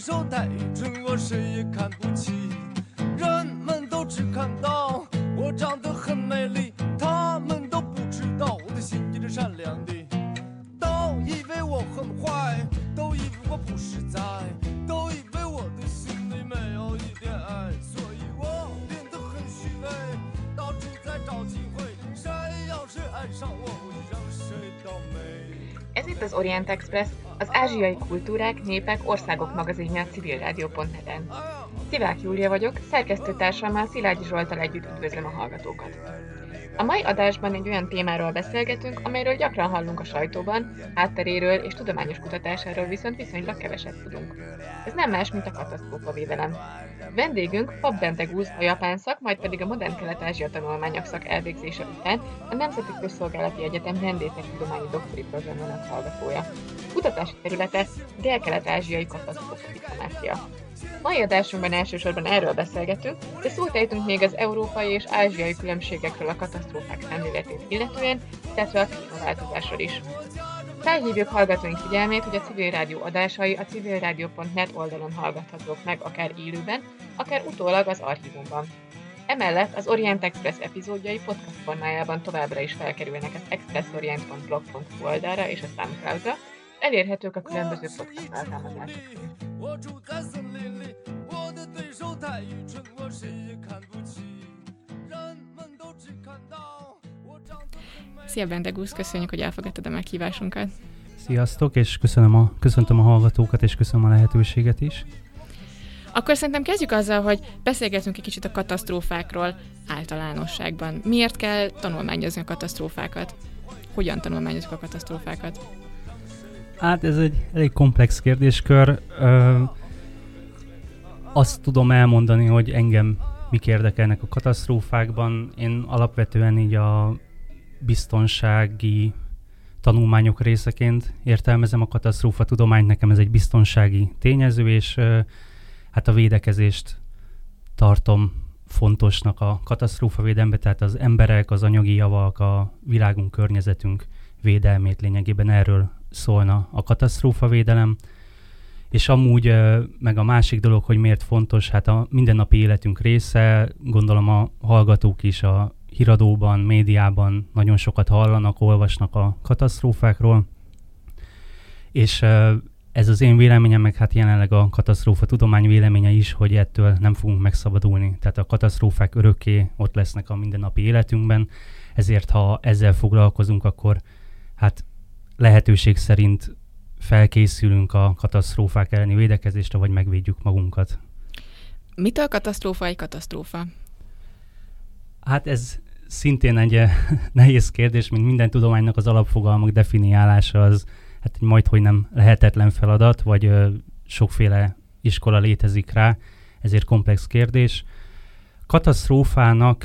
手太愚蠢，我谁也看不起。人们都只看到我长得很美丽，他们都不知道我的心也是善良的。都以为我很坏，都以为我不实在，都以为我的心里没有一点爱，所以我变得很虚伪，到处在找机会。谁要是爱上我，我就让谁倒霉。 Ez itt az Orient Express, az ázsiai kultúrák, népek, országok magazinja civilradio.net-en. Szivák Júlia vagyok, szerkesztőtársammal Szilágyi Zsolttal együtt üdvözlöm a hallgatókat. A mai adásban egy olyan témáról beszélgetünk, amelyről gyakran hallunk a sajtóban, hátteréről és tudományos kutatásáról viszont viszonylag keveset tudunk. Ez nem más, mint a katasztrófavédelem. Vendégünk Pap Bente Gúz, a japán szak, majd pedig a modern kelet-ázsia tanulmányok szak elvégzése után a Nemzeti Közszolgálati Egyetem rendészettudományi doktori programjának hallgatója. Kutatási területe dél-kelet-ázsiai katasztrófa diplomácia. Mai adásunkban elsősorban erről beszélgetünk, de szót ejtünk még az európai és ázsiai különbségekről a katasztrófák szemléletét illetően, illetve a klímaváltozásról is. Felhívjuk hallgatóink figyelmét, hogy a Civil Rádió adásai a civilradio.net oldalon hallgathatók meg akár élőben, akár utólag az archívumban. Emellett az Orient Express epizódjai podcast formájában továbbra is felkerülnek az expressorient.blog.hu oldalra és a SoundCloud-ra, elérhetők a különböző podcast alkalmazásokon. Szia Bente Gúz, köszönjük, hogy elfogadtad a meghívásunkat. Sziasztok, és köszöntöm a hallgatókat, és köszönöm a lehetőséget is. Akkor szerintem kezdjük azzal, hogy beszélgetünk egy kicsit a katasztrófákról általánosságban. Miért kell tanulmányozni a katasztrófákat? Hogyan tanulmányozzuk a katasztrófákat? Hát ez egy elég komplex kérdéskör. Azt tudom elmondani, hogy engem mik érdekelnek a katasztrófákban. Én alapvetően így a biztonsági tanulmányok részeként értelmezem a katasztrófa tudományt. Nekem ez egy biztonsági tényező, és hát a védekezést tartom fontosnak a katasztrófavédelemben, tehát az emberek, az anyagi javak, a világunk, környezetünk védelmét lényegében erről szólna a katasztrófavédelem. És amúgy meg a másik dolog, hogy miért fontos, hát a mindennapi életünk része, gondolom a hallgatók is a híradóban, médiában nagyon sokat hallanak, olvasnak a katasztrófákról, és ez az én véleményem, meg hát jelenleg a katasztrófa tudomány véleménye is, hogy ettől nem fogunk megszabadulni. Tehát a katasztrófák örökké ott lesznek a mindennapi életünkben, ezért ha ezzel foglalkozunk, akkor hát lehetőség szerint felkészülünk a katasztrófák elleni védekezésre, vagy megvédjük magunkat. Mitől katasztrófa egy katasztrófa? Hát ez szintén egy nehéz kérdés, mint minden tudománynak az alapfogalmak definiálása az hát majdhogy nem lehetetlen feladat, vagy sokféle iskola létezik rá, ezért komplex kérdés. Katasztrófának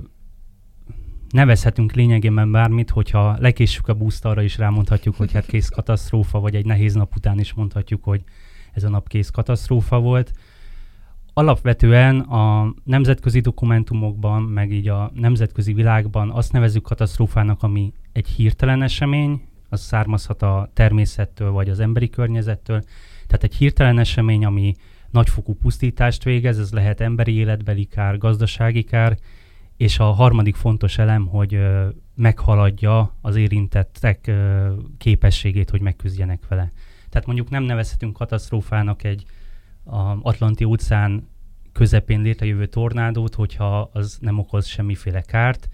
nevezhetünk lényegében bármit, hogyha lekéssük a buszt, arra is rámondhatjuk, hogy hát kész katasztrófa, vagy egy nehéz nap után is mondhatjuk, hogy ez a nap kész katasztrófa volt. Alapvetően a nemzetközi dokumentumokban, meg így a nemzetközi világban azt nevezzük katasztrófának, ami egy hirtelen esemény, az származhat a természettől vagy az emberi környezettől. Tehát egy hirtelen esemény, ami nagyfokú pusztítást végez, ez lehet emberi életbeli kár, gazdasági kár, és a harmadik fontos elem, hogy meghaladja az érintettek képességét, hogy megküzdjenek vele. Tehát mondjuk nem nevezhetünk katasztrófának egy Atlanti-óceán közepén létrejövő tornádót, hogyha az nem okoz semmiféle kárt.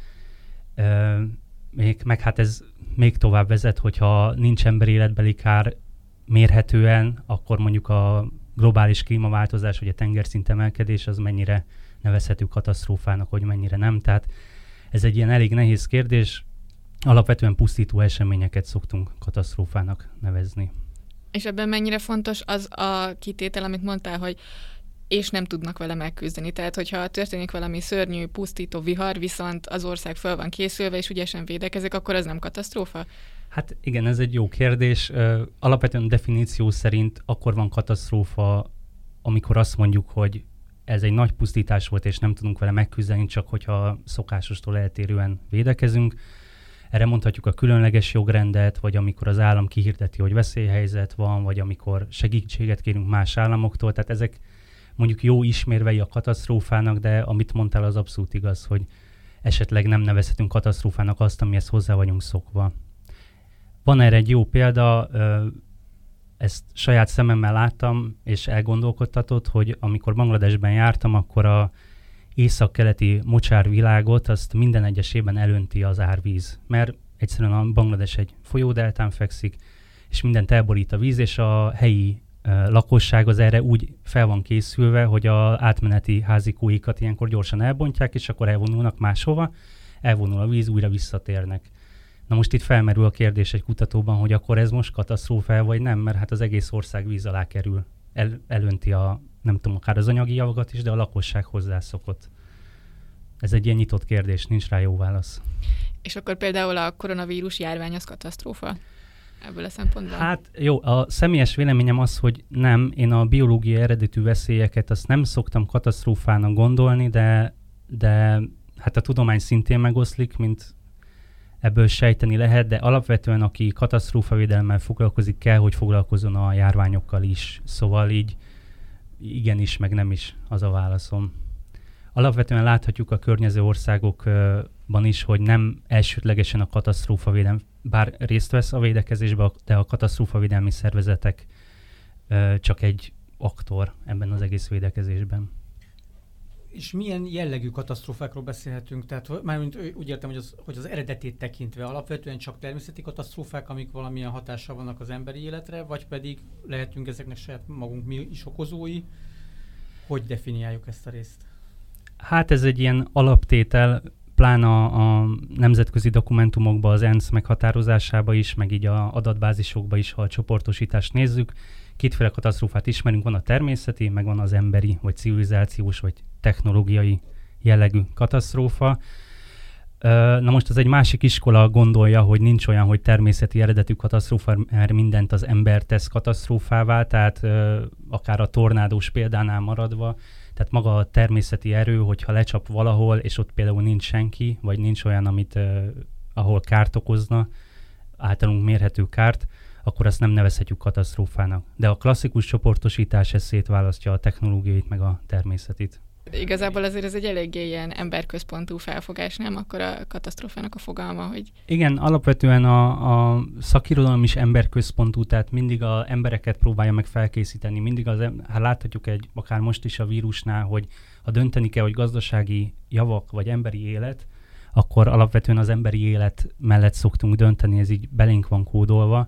Meg hát ez még tovább vezet, hogyha nincs emberi életbeli kár mérhetően, akkor mondjuk a globális klímaváltozás, vagy a tengerszint emelkedés, az mennyire nevezhető katasztrófának, vagy mennyire nem. Tehát ez egy ilyen elég nehéz kérdés. Alapvetően pusztító eseményeket szoktunk katasztrófának nevezni. És ebben mennyire fontos az a kitétel, amit mondtál, hogy és nem tudnak vele megküzdeni. Tehát, hogyha történik valami szörnyű, pusztító vihar, viszont az ország fel van készülve, és ügyesen védekezik, akkor ez nem katasztrófa? Hát igen, ez egy jó kérdés. Alapvetően definíció szerint akkor van katasztrófa, amikor azt mondjuk, hogy ez egy nagy pusztítás volt, és nem tudunk vele megküzdeni, csak hogyha szokásostól eltérően védekezünk. Erre mondhatjuk a különleges jogrendet, vagy amikor az állam kihirdeti, hogy veszélyhelyzet van, vagy amikor segítséget kérünk más államoktól. Tehát ezek mondjuk jó ismérvei a katasztrófának, de amit mondtál, az abszolút igaz, hogy esetleg nem nevezhetünk katasztrófának azt, amihez hozzá vagyunk szokva. Van erre egy jó példa, ezt saját szememmel láttam, és elgondolkodtatott, hogy amikor Bangladesben jártam, akkor a észak-keleti mocsárvilágot azt minden egyes évben elönti az árvíz, mert egyszerűen a Banglades egy folyódeltán fekszik, és mindent elborít a víz, és a helyi lakosság az erre úgy fel van készülve, hogy az átmeneti házikóikat ilyenkor gyorsan elbontják, és akkor elvonulnak máshova, elvonul a víz, újra visszatérnek. Na most itt felmerül a kérdés egy kutatóban, hogy akkor ez most katasztrófa vagy nem, mert hát az egész ország víz alá kerül. Elönti nem tudom, akár az anyagi javakat is, de a lakosság hozzászokott. Ez egy ilyen nyitott kérdés, nincs rá jó válasz. És akkor például a koronavírus járvány az katasztrófa? Ebből a szempontból? Hát jó, a személyes véleményem az, hogy nem, én a biológiai eredetű veszélyeket azt nem szoktam katasztrófának gondolni, de hát a tudomány szintén megoszlik, mint ebből sejteni lehet, de alapvetően aki katasztrófavédelemmel foglalkozik, kell, hogy foglalkozzon a járványokkal is. Szóval így igenis, meg nem is az a válaszom. Alapvetően láthatjuk a környező országokban is, hogy nem elsődlegesen a katasztrófavédelem, bár részt vesz a védekezésben, de a katasztrófavédelmi szervezetek csak egy aktor ebben az egész védekezésben. És milyen jellegű katasztrófákról beszélhetünk? Tehát mármint úgy értem, hogy az eredetét tekintve alapvetően csak természeti katasztrófák, amik valamilyen hatással vannak az emberi életre, vagy pedig lehetünk ezeknek saját magunk mi is okozói? Hogy definiáljuk ezt a részt? Hát ez egy ilyen alaptétel, pláne a nemzetközi dokumentumokban, az ENSZ meghatározásába is, meg így a adatbázisokba is, ha a csoportosítást nézzük. Kétféle katasztrófát ismerünk, van a természeti, meg van az emberi, vagy civilizációs, vagy technológiai jellegű katasztrófa. Na most ez egy másik iskola gondolja, hogy nincs olyan, hogy természeti eredetű katasztrófa, mert mindent az ember tesz katasztrófává, tehát akár a tornádós példánál maradva, tehát maga a természeti erő, hogyha lecsap valahol, és ott például nincs senki, vagy nincs olyan, ahol kárt okozna, általunk mérhető kárt, akkor azt nem nevezhetjük katasztrófának. De a klasszikus csoportosítás ezt szétválasztja a technológiait meg a természetit. Igazából azért ez egy eléggé ilyen emberközpontú felfogás, nem? Akkor a katasztrófának a fogalma, hogy... Igen, alapvetően a szakirodalom is emberközpontú, tehát mindig az embereket próbálja meg felkészíteni. Mindig hát láthatjuk akár most is a vírusnál, hogy ha dönteni kell, hogy gazdasági javak vagy emberi élet, akkor alapvetően az emberi élet mellett szoktunk dönteni, ez így belénk van kódolva.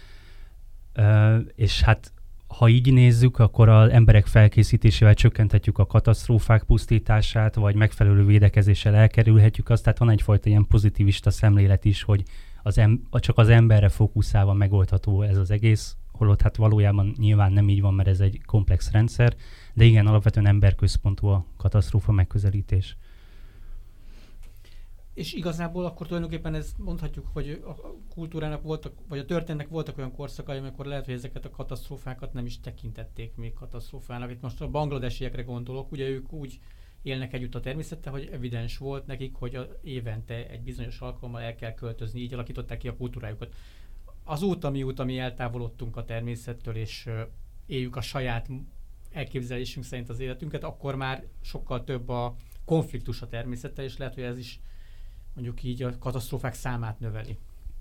És hát ha így nézzük, akkor az emberek felkészítésével csökkenthetjük a katasztrófák pusztítását, vagy megfelelő védekezéssel elkerülhetjük azt. Tehát van egyfajta ilyen pozitivista szemlélet is, hogy csak az emberre fókuszálva megoldható ez az egész, holott hát valójában nyilván nem így van, mert ez egy komplex rendszer, de igen, alapvetően emberközpontú a katasztrófa megközelítés. És igazából akkor tulajdonképpen ezt mondhatjuk, hogy a kultúrának voltak, vagy a történetnek voltak olyan korszakai, amikor lehet, hogy ezeket a katasztrófákat nem is tekintették még katasztrófának. Itt most a bangladesiekre gondolok, ugye ők úgy élnek együtt a természettel, hogy evidens volt nekik, hogy évente egy bizonyos alkalommal el kell költözni, így alakították ki a kultúrájukat. Azóta, mióta mi eltávolodtunk a természettől, és éljük a saját elképzelésünk szerint az életünket, akkor már sokkal több a konfliktus a természettel, és lehet, hogy ez is mondjuk így a katasztrófák számát növeli.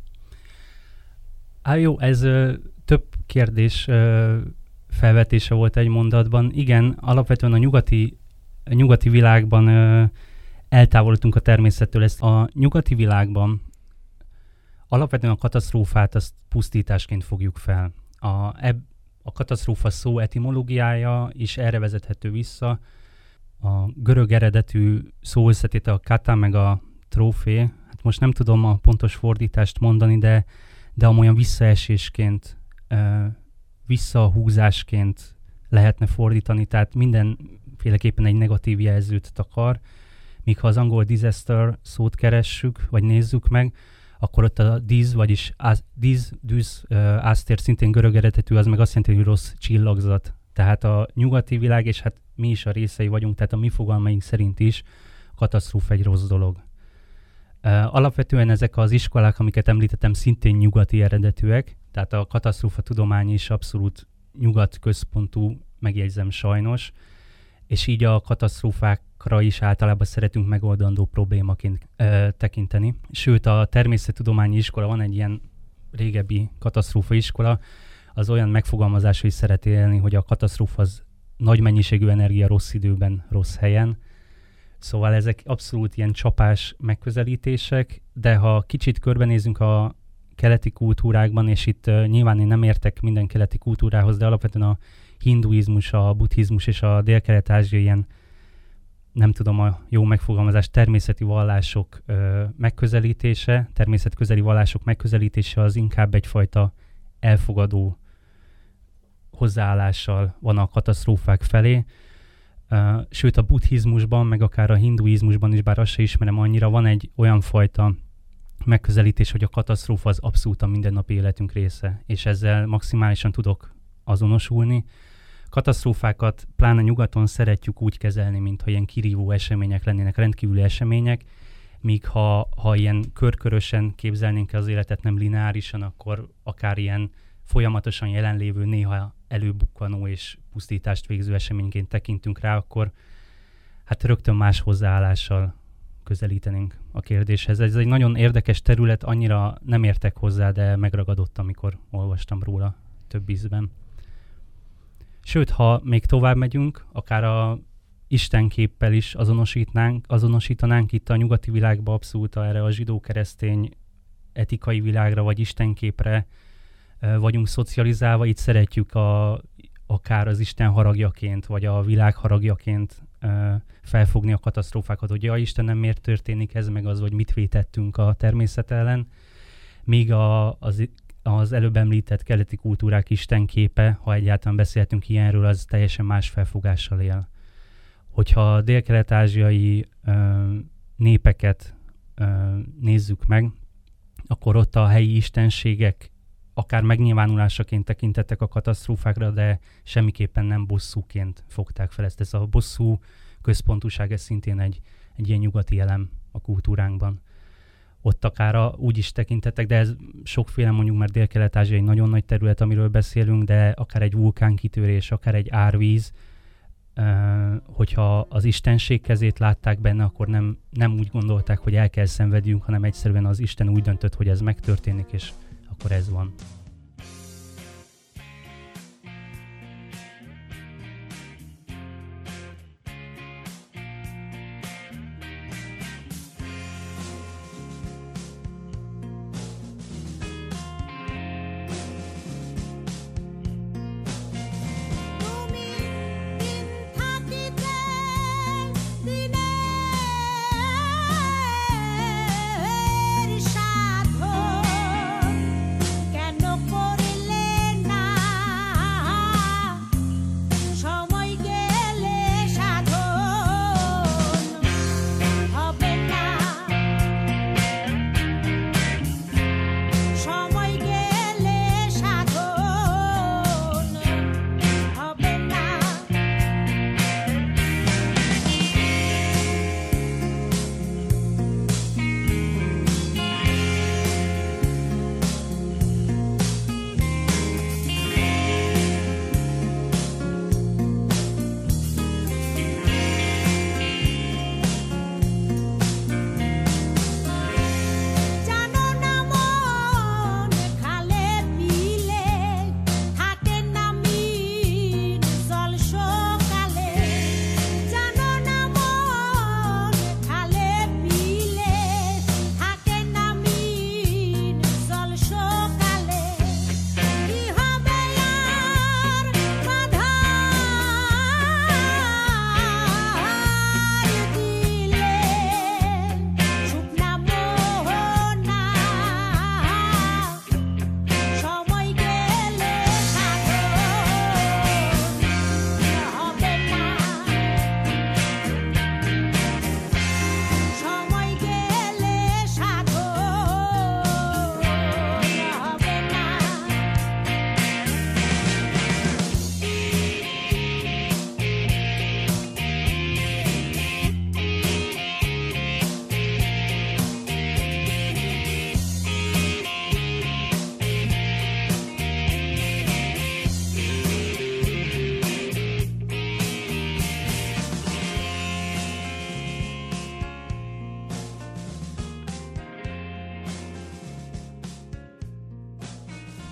Jó, ez több kérdés felvetése volt egy mondatban. Igen, alapvetően a nyugati világban eltávolodtunk a természettől. Ezt a nyugati világban alapvetően a katasztrófát azt pusztításként fogjuk fel. A katasztrófa szó etimológiája is erre vezethető vissza. A görög eredetű szó összetétel a kata meg a trófé, hát most nem tudom a pontos fordítást mondani, de amolyan visszaesésként, visszahúzásként lehetne fordítani, tehát mindenféleképpen egy negatív jelzőt takar, míg ha az angol disaster szót keressük, vagy nézzük meg, akkor ott a diz, vagyis áztér szintén görög eredetű, az meg azt jelenti, hogy rossz csillagzat. Tehát a nyugati világ, és hát mi is a részei vagyunk, tehát a mi fogalmaink szerint is a katasztrófa egy rossz dolog. Alapvetően ezek az iskolák, amiket említettem, szintén nyugati eredetűek, tehát a katasztrófa tudomány is abszolút nyugat központú, megjegyzem sajnos, és így a katasztrófákra is általában szeretünk megoldandó problémaként tekinteni. Sőt, a természettudományi iskola, van egy ilyen régebbi katasztrófa iskola, az olyan megfogalmazásra is szeret élni, hogy a katasztrófa az nagy mennyiségű energia rossz időben, rossz helyen. Szóval ezek abszolút ilyen csapás megközelítések, de ha kicsit körbenézünk a keleti kultúrákban, és itt nyilván én nem értek minden keleti kultúrához, de alapvetően a hinduizmus, a buddhizmus és a dél-kelet-ázsiai ilyen, nem tudom a jó megfogalmazás, természeti vallások megközelítése, természetközeli vallások megközelítése az inkább egyfajta elfogadó hozzáállással van a katasztrófák felé. Sőt, a buddhizmusban, meg akár a hinduizmusban is, bár azt se ismerem annyira, van egy olyan fajta megközelítés, hogy a katasztrófa az abszolút a mindennapi életünk része, és ezzel maximálisan tudok azonosulni. Katasztrófákat pláne nyugaton szeretjük úgy kezelni, mintha ilyen kirívó események lennének, rendkívüli események, míg ha ilyen körkörösen képzelnénk az életet, nem lineárisan, akkor akár ilyen folyamatosan jelenlévő, néha előbukkanó és pusztítást végző eseményként tekintünk rá, akkor hát rögtön más hozzáállással közelítenénk a kérdéshez. Ez egy nagyon érdekes terület, annyira nem értek hozzá, de megragadott, amikor olvastam róla több ízben. Sőt, ha még tovább megyünk, akár a istenképpel is azonosítanánk itt a nyugati világba, abszolút erre a zsidó-keresztény etikai világra vagy istenképre vagyunk szocializálva, itt szeretjük akár az Isten haragjaként, vagy a világ haragjaként felfogni a katasztrófákat, hogy ja, Istenem, miért történik ez, meg az, hogy mit vétettünk a természet ellen. Míg az előbb említett keleti kultúrák istenképe, ha egyáltalán beszéltünk ilyenről, az teljesen más felfogással él. Hogyha a dél-kelet-ázsiai népeket nézzük meg, akkor ott a helyi istenségek akár megnyilvánulásaként tekintettek a katasztrófákra, de semmiképpen nem bosszúként fogták fel ezt. Ez a bosszú központúság, ez szintén egy ilyen nyugati elem a kultúránkban. Ott akár úgy is tekintettek, de ez sokféle, mondjuk már Dél-Kelet-Ázsia egy nagyon nagy terület, amiről beszélünk, de akár egy vulkánkitörés, akár egy árvíz, hogyha az istenség kezét látták benne, akkor nem úgy gondolták, hogy el kell szenvedjünk, hanem egyszerűen az Isten úgy döntött, hogy ez megtörténik, és akkor ez van. No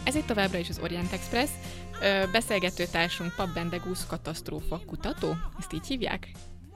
Ez itt továbbra is az Orient Express. Beszélgető társunk Pap Bendegusz katasztrófa kutató. Ezt így hívják?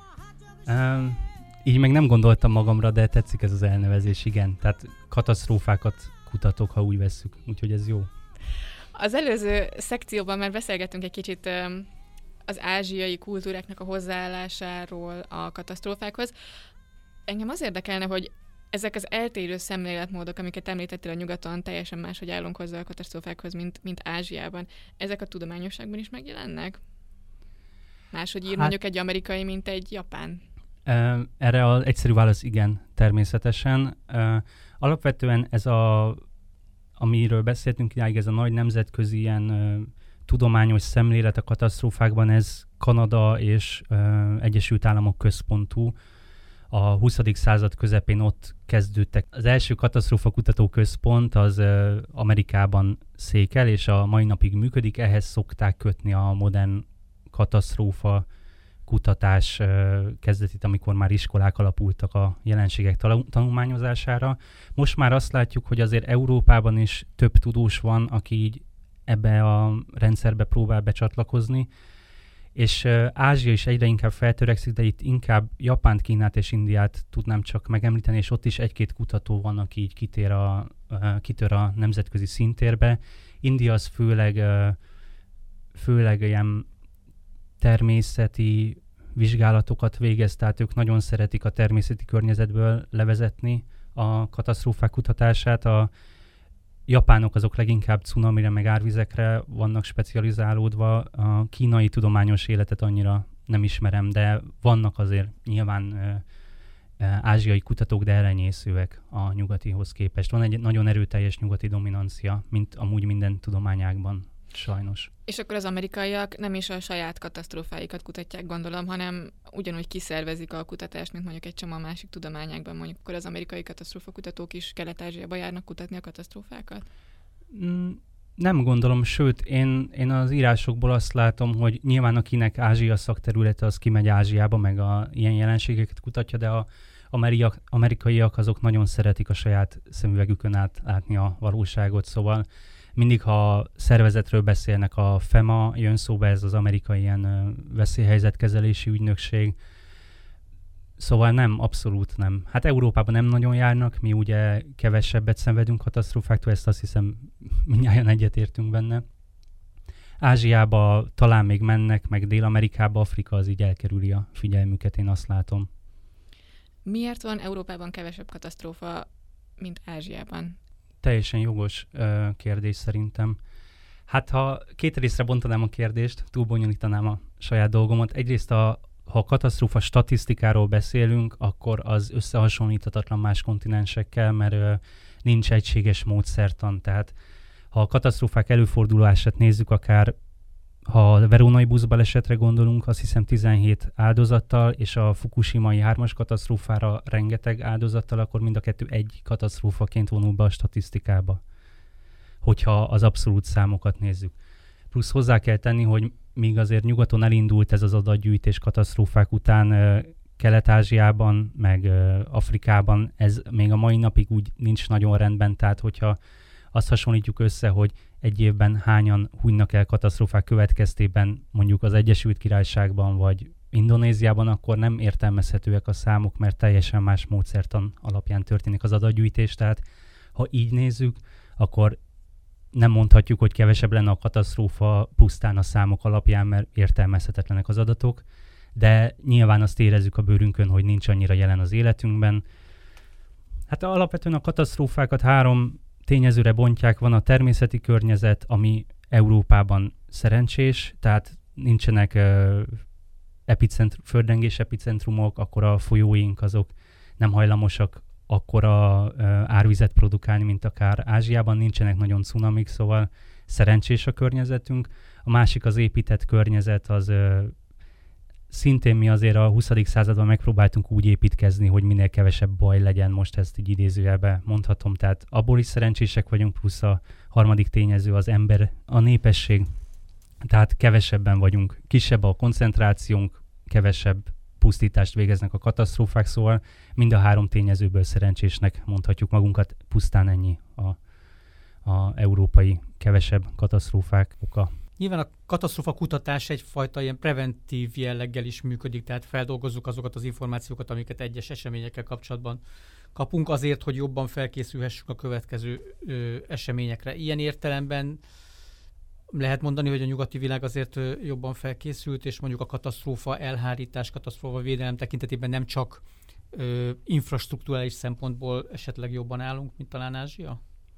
Így meg nem gondoltam magamra, de tetszik ez az elnevezés, igen. Tehát katasztrófákat kutatok, ha úgy vesszük. Úgyhogy ez jó. Az előző szekcióban már beszélgettünk egy kicsit az ázsiai kultúráknak a hozzáállásáról a katasztrófákhoz. Engem az érdekelne, hogy ezek az eltérő szemléletmódok, amiket említettél a nyugaton, teljesen máshogy állunk hozzá a katasztrófákhoz, mint Ázsiában. Ezek a tudományosságban is megjelennek? Máshogy ír mondjuk egy amerikai, mint egy japán? Erre az egyszerű válasz igen, természetesen. Alapvetően ez amiről beszéltünk idáig, ez a nagy nemzetközi ilyen tudományos szemlélet a katasztrófákban, ez Kanada és Egyesült Államok központú. A 20. század közepén ott kezdődtek. Az első katasztrófakutató központ az Amerikában székel, és a mai napig működik. Ehhez szokták kötni a modern katasztrófa kutatás kezdetét, amikor már iskolák alapultak a jelenségek tanulmányozására. Most már azt látjuk, hogy azért Európában is több tudós van, aki így ebbe a rendszerbe próbál becsatlakozni, és Ázsia is egyre inkább feltörekszik, de itt inkább Japánt, Kínát és Indiát tudnám csak megemlíteni, és ott is egy-két kutató van, aki így kitör a nemzetközi szintérbe. India az főleg ilyen természeti vizsgálatokat végez, tehát ők nagyon szeretik a természeti környezetből levezetni a katasztrófák kutatását. A japánok azok leginkább cunamire meg árvizekre vannak specializálódva. A kínai tudományos életet annyira nem ismerem, de vannak azért nyilván ázsiai kutatók, de elenyészőek a nyugatihoz képest. Van egy nagyon erőteljes nyugati dominancia, mint amúgy minden tudományágban. Sajnos. És akkor az amerikaiak nem is a saját katasztrófáikat kutatják, gondolom, hanem ugyanúgy kiszervezik a kutatást, mint mondjuk egy csomó másik tudományákban. Mondjuk akkor az amerikai katasztrófakutatók is Kelet-Ázsiába járnak kutatni a katasztrófákat? Nem gondolom, sőt, én az írásokból azt látom, hogy nyilván akinek Ázsia szakterülete, az kimegy Ázsiába, meg ilyen jelenségeket kutatja, de a amerikaiak azok nagyon szeretik a saját szemüvegükön át látni a valóságot, szóval mindig, ha szervezetről beszélnek, a FEMA jön szóba, ez az amerikai ilyen veszélyhelyzetkezelési ügynökség. Szóval nem, abszolút nem. Hát Európában nem nagyon járnak, mi ugye kevesebbet szenvedünk katasztrófáktól, ezt azt hiszem mindnyájan egyetértünk benne. Ázsiába talán még mennek, meg Dél-Amerikába, Afrika az így elkerüli a figyelmüket, én azt látom. Miért van Európában kevesebb katasztrófa, mint Ázsiában? Teljesen jogos kérdés szerintem. Hát ha két részre bontanám a kérdést, túlbonyolítanám a saját dolgomat. Egyrészt ha a katasztrófa statisztikáról beszélünk, akkor az összehasonlíthatatlan más kontinensekkel, mert nincs egységes módszertan. Tehát ha a katasztrófák előfordulását nézzük, akár ha a verónai buszbalesetre gondolunk, azt hiszem 17 áldozattal, és a fukushimai 3-as katasztrófára rengeteg áldozattal, akkor mind a kettő egy katasztrófaként vonul be a statisztikába, hogyha az abszolút számokat nézzük. Plusz hozzá kell tenni, hogy míg azért nyugaton elindult ez az adatgyűjtés katasztrófák után, Kelet-Ázsiában, meg Afrikában ez még a mai napig úgy nincs nagyon rendben, tehát hogyha azt hasonlítjuk össze, hogy egy évben hányan hunynak el katasztrófák következtében mondjuk az Egyesült Királyságban vagy Indonéziában, akkor nem értelmezhetőek a számok, mert teljesen más módszertan alapján történik az adatgyűjtés. Tehát ha így nézzük, akkor nem mondhatjuk, hogy kevesebb lenne a katasztrófa pusztán a számok alapján, mert értelmezhetetlenek az adatok, de nyilván azt érezzük a bőrünkön, hogy nincs annyira jelen az életünkben. Hát alapvetően a katasztrófákat 3 tényezőre bontják. Van a természeti környezet, ami Európában szerencsés, tehát nincsenek földrengés epicentrumok, akkor a folyóink azok nem hajlamosak akkora árvizet produkálni, mint akár Ázsiában, nincsenek nagyon cunamik, szóval szerencsés a környezetünk. A másik az épített környezet, az szintén mi azért a 20. században megpróbáltunk úgy építkezni, hogy minél kevesebb baj legyen, most ezt így idézőjelben mondhatom, tehát abból is szerencsések vagyunk, plusz a harmadik tényező az ember, a népesség, tehát kevesebben vagyunk, kisebb a koncentrációnk, kevesebb pusztítást végeznek a katasztrófák, szóval mind a 3 tényezőből szerencsésnek mondhatjuk magunkat, pusztán ennyi a európai kevesebb katasztrófák oka. Nyilván a katasztrófa kutatás egyfajta ilyen preventív jelleggel is működik, tehát feldolgozzuk azokat az információkat, amiket egyes eseményekkel kapcsolatban kapunk azért, hogy jobban felkészülhessünk a következő eseményekre. Ilyen értelemben lehet mondani, hogy a nyugati világ azért jobban felkészült, és mondjuk a katasztrófa elhárítás, katasztrófa védelem tekintetében nem csak infrastrukturális szempontból esetleg jobban állunk, mint talán Ázsia?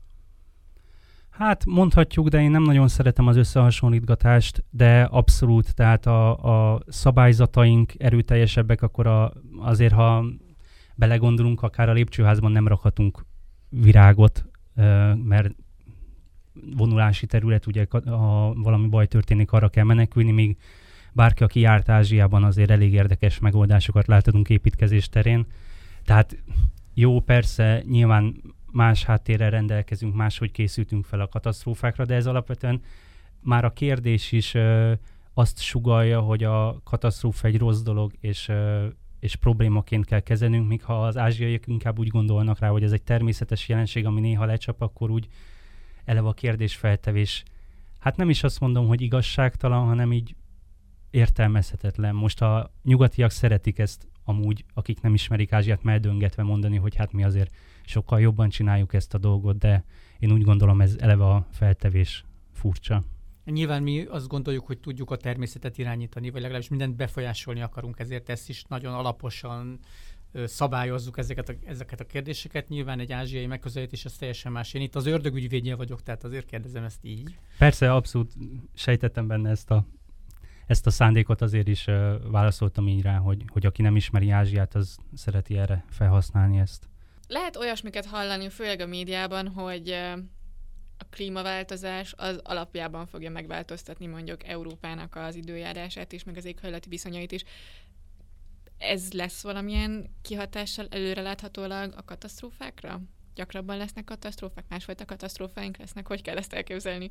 Hát mondhatjuk, de én nem nagyon szeretem az összehasonlítgatást, de abszolút, tehát a szabályzataink erőteljesebbek, akkor azért, ha belegondolunk, akár a lépcsőházban nem rakhatunk virágot, mert vonulási terület, ugye ha valami baj történik, arra kell menekülni, míg bárki, aki járt Ázsiában, azért elég érdekes megoldásokat láthatunk építkezés terén. Tehát jó, persze, nyilván más háttérrel rendelkezünk, máshogy készültünk fel a katasztrófákra, de ez alapvetően már a kérdés is azt sugallja, hogy a katasztrófa egy rossz dolog, és problémaként kell kezelnünk, míg ha az ázsiaiak inkább úgy gondolnak rá, hogy ez egy természetes jelenség, ami néha lecsap, akkor úgy eleve a kérdésfeltevés. Hát nem is azt mondom, hogy igazságtalan, hanem így értelmezhetetlen. Most a nyugatiak szeretik ezt amúgy, akik nem ismerik Ázsiát, meldöngetve mondani, hogy hát mi azért sokkal jobban csináljuk ezt a dolgot, de én úgy gondolom, ez eleve a feltevés furcsa. Nyilván mi azt gondoljuk, hogy tudjuk a természetet irányítani, vagy legalábbis mindent befolyásolni akarunk, ezért ezt is nagyon alaposan szabályozzuk ezeket a kérdéseket. Nyilván egy ázsiai megközelítés, ez teljesen más. Én itt az ördögügyvédje vagyok, tehát azért kérdezem ezt így. Persze, abszolút sejtettem benne ezt a szándékot, azért is válaszoltam így rá, hogy aki nem ismeri Ázsiát, az szereti erre felhasználni ezt. Lehet olyasmiket hallani, főleg a médiában, hogy a klímaváltozás az alapjában fogja megváltoztatni mondjuk Európának az időjárását is, meg az éghajlati viszonyait is. Ez lesz valamilyen kihatással előreláthatólag a katasztrófákra? Gyakrabban lesznek katasztrófák, másfajta katasztrófáink lesznek? Hogy kell ezt elképzelni?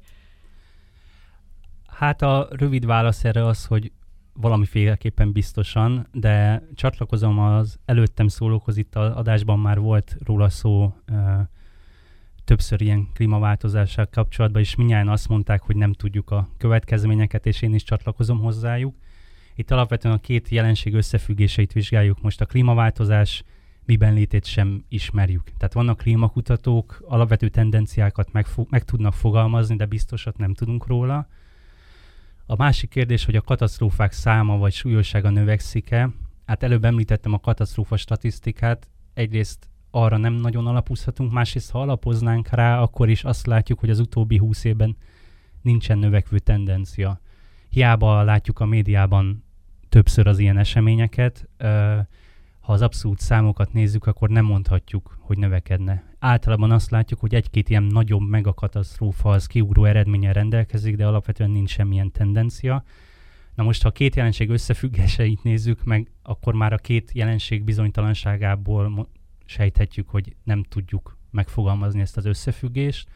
Hát a rövid válasz erre az, hogy valamiféleképpen biztosan, de csatlakozom az előttem szólókhoz, itt az adásban már volt róla szó többször ilyen klímaváltozással kapcsolatban, és mindjárt azt mondták, hogy nem tudjuk a következményeket, és én is csatlakozom hozzájuk. Itt alapvetően a két jelenség összefüggéseit vizsgáljuk. Most a klímaváltozás miben létét sem ismerjük. Tehát vannak klímakutatók, alapvető tendenciákat meg tudnak fogalmazni, de biztosat nem tudunk róla. A másik kérdés, hogy a katasztrófák száma vagy súlyossága növekszik-e. Hát előbb említettem a katasztrófa statisztikát. Egyrészt arra nem nagyon alapozhatunk, másrészt ha alapoznánk rá, akkor is azt látjuk, hogy az utóbbi 20 évben nincsen növekvő tendencia. Hiába látjuk a médiában többször az ilyen eseményeket, ha az abszolút számokat nézzük, akkor nem mondhatjuk, hogy növekedne. Általában azt látjuk, hogy egy-két ilyen nagyobb megakatasztrófa az kiugró eredménnyel rendelkezik, de alapvetően nincs semmilyen tendencia. Na most, ha a két jelenség összefüggéseit nézzük meg, akkor már a két jelenség bizonytalanságából sejthetjük, hogy nem tudjuk megfogalmazni ezt az összefüggést.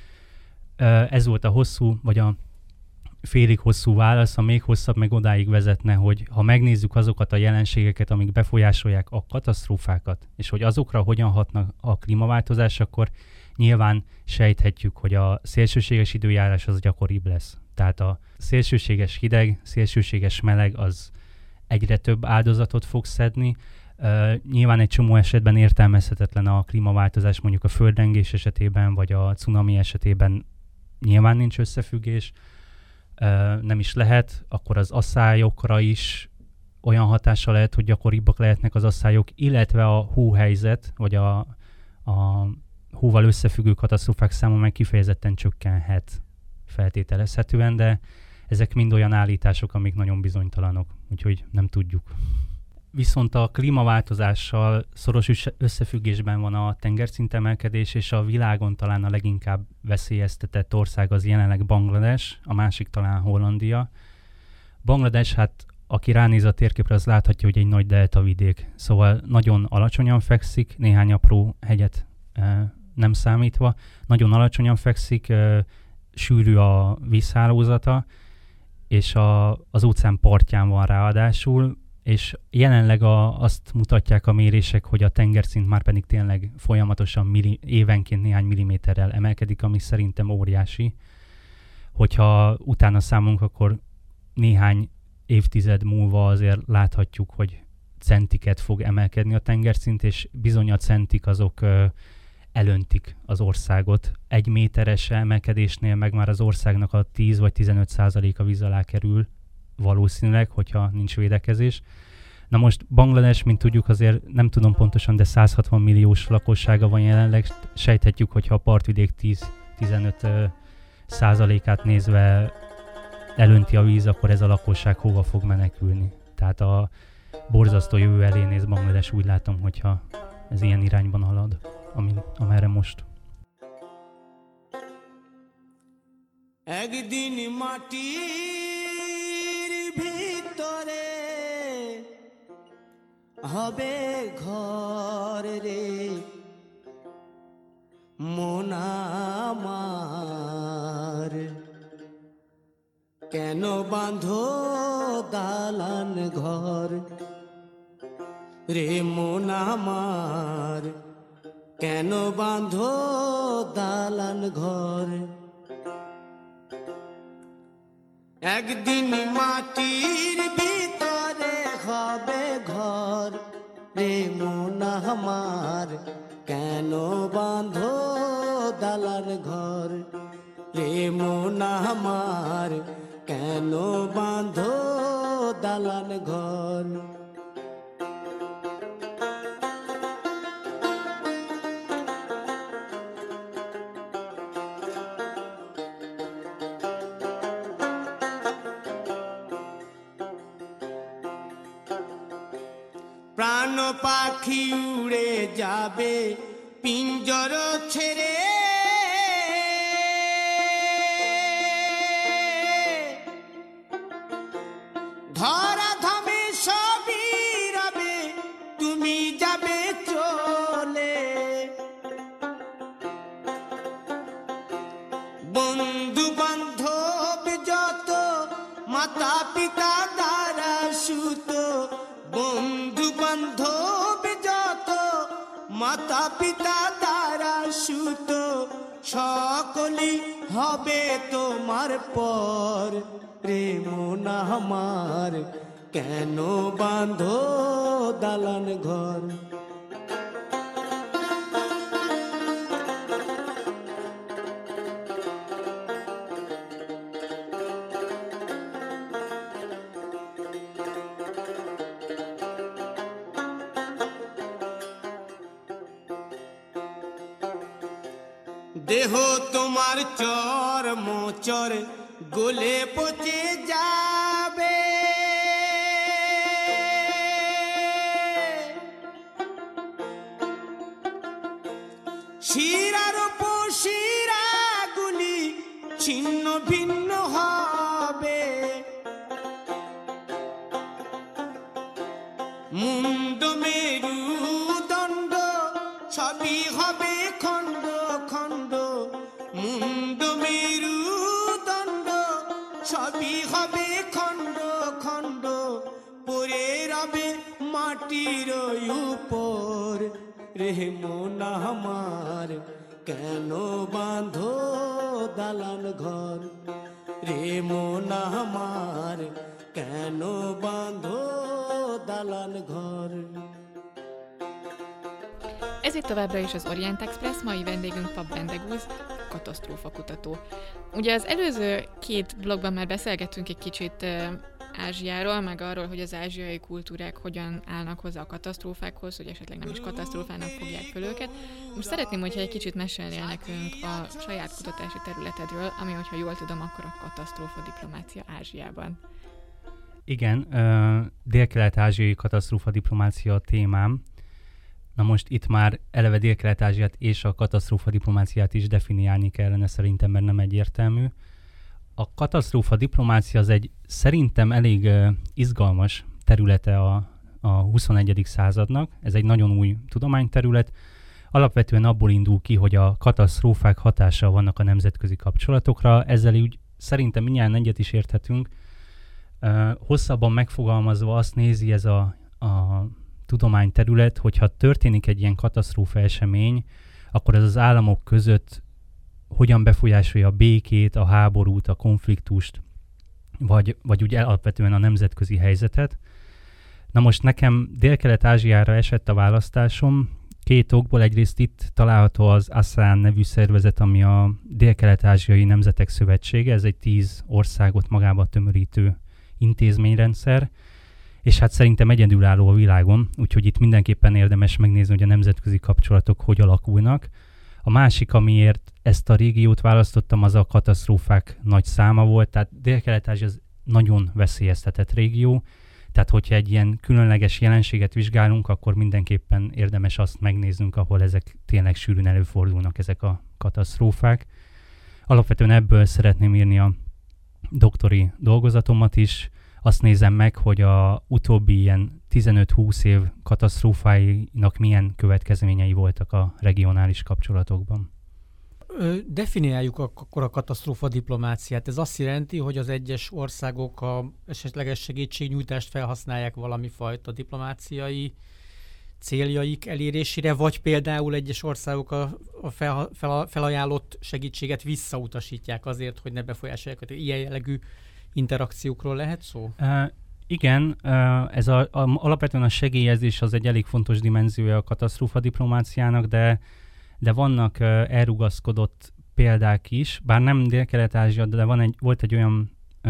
Ez volt a hosszú, vagy a félig hosszú válasz, a még hosszabb meg odáig vezetne, hogy ha megnézzük azokat a jelenségeket, amik befolyásolják a katasztrófákat, és hogy azokra hogyan hatnak a klímaváltozás, akkor nyilván sejthetjük, hogy a szélsőséges időjárás az gyakoribb lesz. Tehát a szélsőséges hideg, szélsőséges meleg az egyre több áldozatot fog szedni. Nyilván egy csomó esetben értelmezhetetlen a klímaváltozás, mondjuk a földrengés esetében, vagy a cunami esetében nyilván nincs összefüggés, nem is lehet, akkor az asszályokra is olyan hatása lehet, hogy gyakoribbak lehetnek az asszályok, illetve a hóhelyzet, vagy a hóval összefüggő katasztrófák száma meg kifejezetten csökkenhet feltételezhetően, de ezek mind olyan állítások, amik nagyon bizonytalanok, úgyhogy nem tudjuk. Viszont a klímaváltozással szoros összefüggésben van a tengerszintemelkedés, és a világon talán a leginkább veszélyeztetett ország az jelenleg Banglades, a másik talán Hollandia. Banglades, hát aki ránéz a térképre, az láthatja, hogy egy nagy deltavidék, szóval nagyon alacsonyan fekszik, néhány apró hegyet nem számítva, nagyon alacsonyan fekszik, sűrű a vízhálózata, és az óceán partján van ráadásul, és jelenleg azt mutatják a mérések, hogy a tengerszint már pedig tényleg folyamatosan évenként néhány milliméterrel emelkedik, ami szerintem óriási. hogyha utána számolunk, akkor néhány évtized múlva azért láthatjuk, hogy centiket fog emelkedni a tengerszint, és bizony a centik azok elöntik az országot. 1 méteres emelkedésnél meg már az országnak a 10 vagy 15% víz alá kerül valószínűleg, hogyha nincs védekezés. Na most Banglades, mint tudjuk, azért nem tudom pontosan, de 160 milliós lakossága van jelenleg. Sejthetjük, hogyha a partvidék 10-15%-át nézve elönti a víz, akkor ez a lakosság hova fog menekülni. Tehát a borzasztó jövő elé néz Banglades, úgy látom, hogyha ez ilyen irányban halad, amerre most. একদিন মাটির ভিতরে হবে ঘর রে মন আমার কেন বাঁধো দালান ঘর রে মন আমার কেন বাঁধো দালান ঘর একদিন মাটির ভিতরে হবে ঘর রে মন আমার কেন বাঁধো দালান ঘর রে মন আমার কেন বাঁধো দালান ঘর প্রাণ পাখি উড়ে যাবে পিঞ্জর ছেড়ে ধরা ধামে সবই রবে তুমি যাবে চলে বন্ধু বান্ধব যত মাতা পিতা দ্বারা সুত বন্ধু বান্ধব যত মাতা পিতা দ্বারা সুত সকলই হবে তোমার পর রে মন আমার কেন বাঁধো দালান ঘর দেহ তোমার চর মোচর গলে পচে যাবে শিরার উপর শিরাগুলি ছিন্ন ভিন্ন হবে মুন্ড মেরুদণ্ড সবই হবে খণ্ড খণ্ড মুন্ড মেরুদণ্ড সবই হবে খণ্ড খণ্ড পড়ে রবে মাটির উপর রে মন আমার কেন বাঁধো দালান ঘর রে মন আমার কেন বাঁধো দালান ঘর Ez itt továbbra is az Orient Express, mai vendégünk Pap Bendegúz, katasztrófakutató. Ugye az előző 2 blogban már beszélgettünk egy kicsit Ázsiáról, meg arról, hogy az ázsiai kultúrák hogyan állnak hozzá a katasztrófákhoz, hogy esetleg nem is katasztrófának fogják föl őket. Most szeretném, hogyha egy kicsit mesélnél nekünk a saját kutatási területedről, ami, hogyha jól tudom, akkor a katasztrófa diplomácia Ázsiában. Igen, dél-kelet-ázsiai katasztrófa diplomácia a témám. Na most itt már eleve Dél-Kelet-Ázsiát és a katasztrófa diplomáciát is definiálni kellene szerintem, mert nem egyértelmű. A katasztrófa diplomácia az egy szerintem elég izgalmas területe a 21. századnak. Ez egy nagyon új tudományterület. Alapvetően abból indul ki, hogy a katasztrófák hatással vannak a nemzetközi kapcsolatokra. Ezzel úgy szerintem mindjárt egyet is érthetünk. Hosszabban megfogalmazva azt nézi ez a tudományterület, hogyha történik egy ilyen katasztrófa esemény, akkor ez az államok között hogyan befolyásolja a békét, a háborút, a konfliktust, vagy úgy alapvetően a nemzetközi helyzetet. Na most nekem Dél-Kelet-Ázsiára esett a választásom, 2 okból. Egyrészt itt található az ASEAN nevű szervezet, ami a Dél-Kelet-Ázsiai Nemzetek Szövetsége, ez egy 10 országot magába tömörítő intézményrendszer, és hát szerintem egyedülálló a világon, úgyhogy itt mindenképpen érdemes megnézni, hogy a nemzetközi kapcsolatok hogy alakulnak. A másik, amiért ezt a régiót választottam, az a katasztrófák nagy száma volt, tehát Dél-Kelet-Ázsia az nagyon veszélyeztetett régió, tehát hogyha egy ilyen különleges jelenséget vizsgálunk, akkor mindenképpen érdemes azt megnéznünk, ahol ezek tényleg sűrűn előfordulnak, ezek a katasztrófák. Alapvetően ebből szeretném írni a doktori dolgozatomat is. Azt nézem meg, hogy a utóbbi ilyen 15-20 év katasztrófáinak milyen következményei voltak a regionális kapcsolatokban. Definiáljuk akkor a katasztrófa diplomáciát. Ez azt jelenti, hogy az egyes országok a esetleges segítségnyújtást felhasználják valami fajta diplomáciai céljaik elérésére, vagy például egyes országok a felajánlott segítséget visszautasítják azért, hogy ne befolyásolják. Ilyen jellegű interakciókról lehet szó? Igen, ez alapvetően a segélyezés az egy elég fontos dimenziója a katasztrófa diplomáciának, de vannak elrugaszkodott példák is, bár nem Dél-Kelet-Ázsia, de volt egy olyan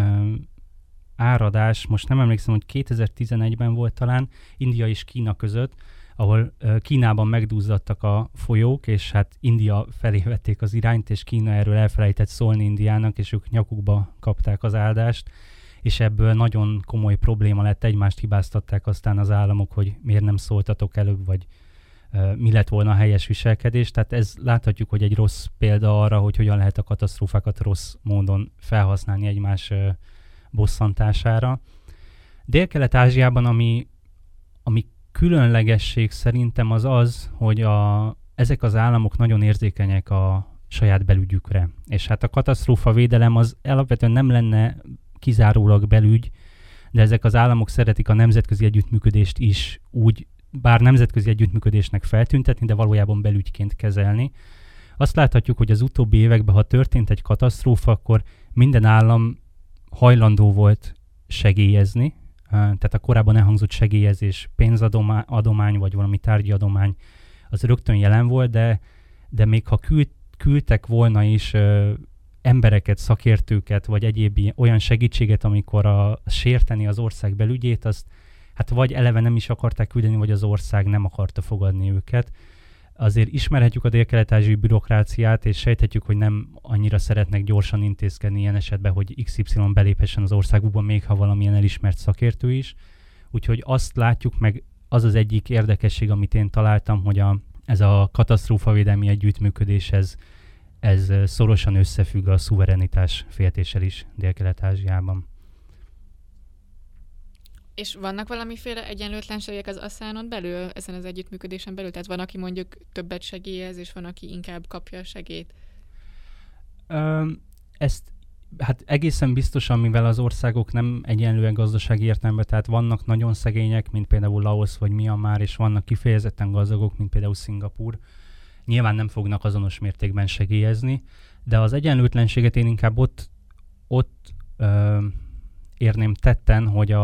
áradás, most nem emlékszem, hogy 2011-ben volt talán, India és Kína között, ahol Kínában megduzzadtak a folyók, és hát India felé vették az irányt, és Kína erről elfelejtett szólni Indiának, és ők nyakukba kapták az áldást, és ebből nagyon komoly probléma lett, egymást hibáztatták aztán az államok, hogy miért nem szóltatok előbb, vagy mi lett volna a helyes viselkedés. Tehát ez láthatjuk, hogy egy rossz példa arra, hogy hogyan lehet a katasztrófákat rossz módon felhasználni egymás bosszantására. Dél-Kelet-Ázsiában, ami különlegesség szerintem az, hogy ezek az államok nagyon érzékenyek a saját belügyükre. És hát a katasztrófavédelem az alapvetően nem lenne kizárólag belügy, de ezek az államok szeretik a nemzetközi együttműködést is úgy, bár nemzetközi együttműködésnek feltüntetni, de valójában belügyként kezelni. Azt láthatjuk, hogy az utóbbi években, ha történt egy katasztrófa, akkor minden állam hajlandó volt segélyezni, tehát a korábban elhangzott segélyezés, pénzadomány vagy valami tárgyi adomány, az rögtön jelen volt, de még ha küldtek volna is embereket, szakértőket, vagy egyéb olyan segítséget, amikor sérteni az ország belügyét, azt hát vagy eleve nem is akarták küldeni, vagy az ország nem akarta fogadni őket. Azért ismerhetjük a dél-kelet-ázsiai bürokráciát, és sejthetjük, hogy nem annyira szeretnek gyorsan intézkedni ilyen esetben, hogy XY beléphessen az országukba, még ha valamilyen elismert szakértő is. Úgyhogy azt látjuk meg, az az egyik érdekesség, amit én találtam, hogy ez a katasztrófavédelmi együttműködés, ez szorosan összefügg a szuverenitás féltéssel is Dél-Kelet-Ázsiában. És vannak valamiféle egyenlőtlenségek az ASEAN-on belül, ezen az együttműködésen belül? Tehát van, aki mondjuk többet segélyez, és van, aki inkább kapja a segélyt? Ezt hát egészen biztosan, mivel az országok nem egyenlően gazdasági értelemben, tehát vannak nagyon szegények, mint például Laosz vagy Myanmar, és vannak kifejezetten gazdagok, mint például Szingapúr. Nyilván nem fognak azonos mértékben segélyezni, de az egyenlőtlenséget én inkább ott érném tetten, hogy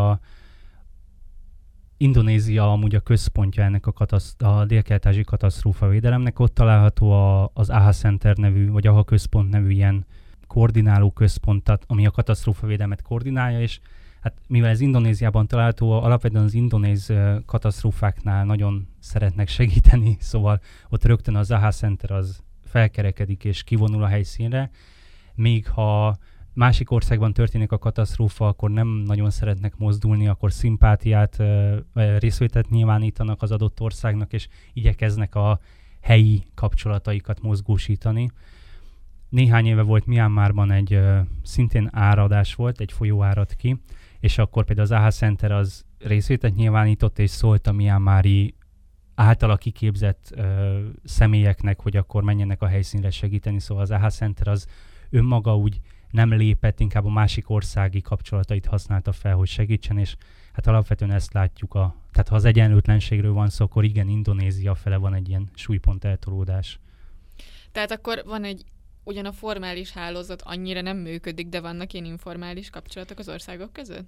Indonézia amúgy a központja ennek a dél-kelet-ázsiai katasztrófavédelemnek. Ott található az AHA Center nevű, vagy AHA központ nevű ilyen koordináló központot, ami a katasztrófavédelmet koordinálja, és hát mivel ez Indonéziában található, alapvetően az indonéz katasztrófáknál nagyon szeretnek segíteni, szóval ott rögtön az AHA Center az felkerekedik és kivonul a helyszínre, míg ha másik országban történik a katasztrófa, akkor nem nagyon szeretnek mozdulni, akkor szimpátiát, részvételt nyilvánítanak az adott országnak, és igyekeznek a helyi kapcsolataikat mozgósítani. Néhány éve volt Myanmarban egy szintén áradás volt, egy folyó árad ki, és akkor például az AHA Center az részvételt nyilvánított, és szólt a myanmari általa kiképzett személyeknek, hogy akkor menjenek a helyszínre segíteni, szóval az AHA Center az önmaga úgy nem lépett, inkább a másik országi kapcsolatait használta fel, hogy segítsen, és hát alapvetően ezt látjuk, tehát ha az egyenlőtlenségről van szó, akkor igen, Indonézia fele van egy ilyen súlypont eltolódás. Tehát akkor van egy ugyan a formális hálózat annyira nem működik, de vannak ilyen informális kapcsolatok az országok között?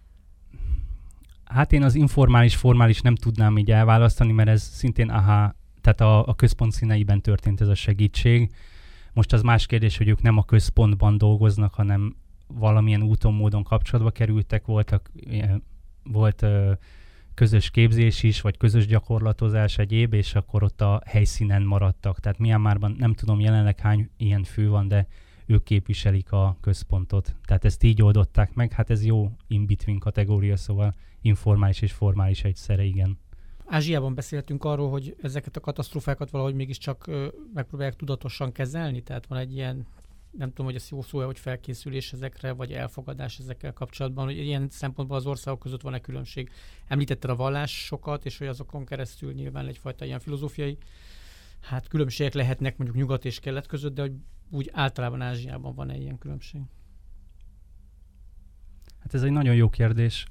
Hát én az informális-formális nem tudnám így elválasztani, mert ez szintén tehát a központ színeiben történt ez a segítség. Most az más kérdés, hogy ők nem a központban dolgoznak, hanem valamilyen úton, módon kapcsolatba kerültek, volt közös képzés is, vagy közös gyakorlatozás egyéb, és akkor ott a helyszínen maradtak. Tehát Myanmarban nem tudom jelenleg hány ilyen fő van, de ők képviselik a központot. Tehát ezt így oldották meg, hát ez jó in-between kategória, szóval informális és formális egyszerre, igen. Ázsiában beszéltünk arról, hogy ezeket a katasztrófákat valahogy mégiscsak megpróbálják tudatosan kezelni, tehát van egy ilyen, nem tudom, hogy ez jó szó, hogy felkészülés ezekre, vagy elfogadás ezekkel kapcsolatban, hogy ilyen szempontból az országok között van-e különbség. Említetted a vallásokat, és hogy azokon keresztül nyilván egyfajta ilyen filozófiai különbségek lehetnek mondjuk nyugat és kelet között, de hogy úgy általában Ázsiában van-e ilyen különbség? Hát ez egy nagyon jó kérdés.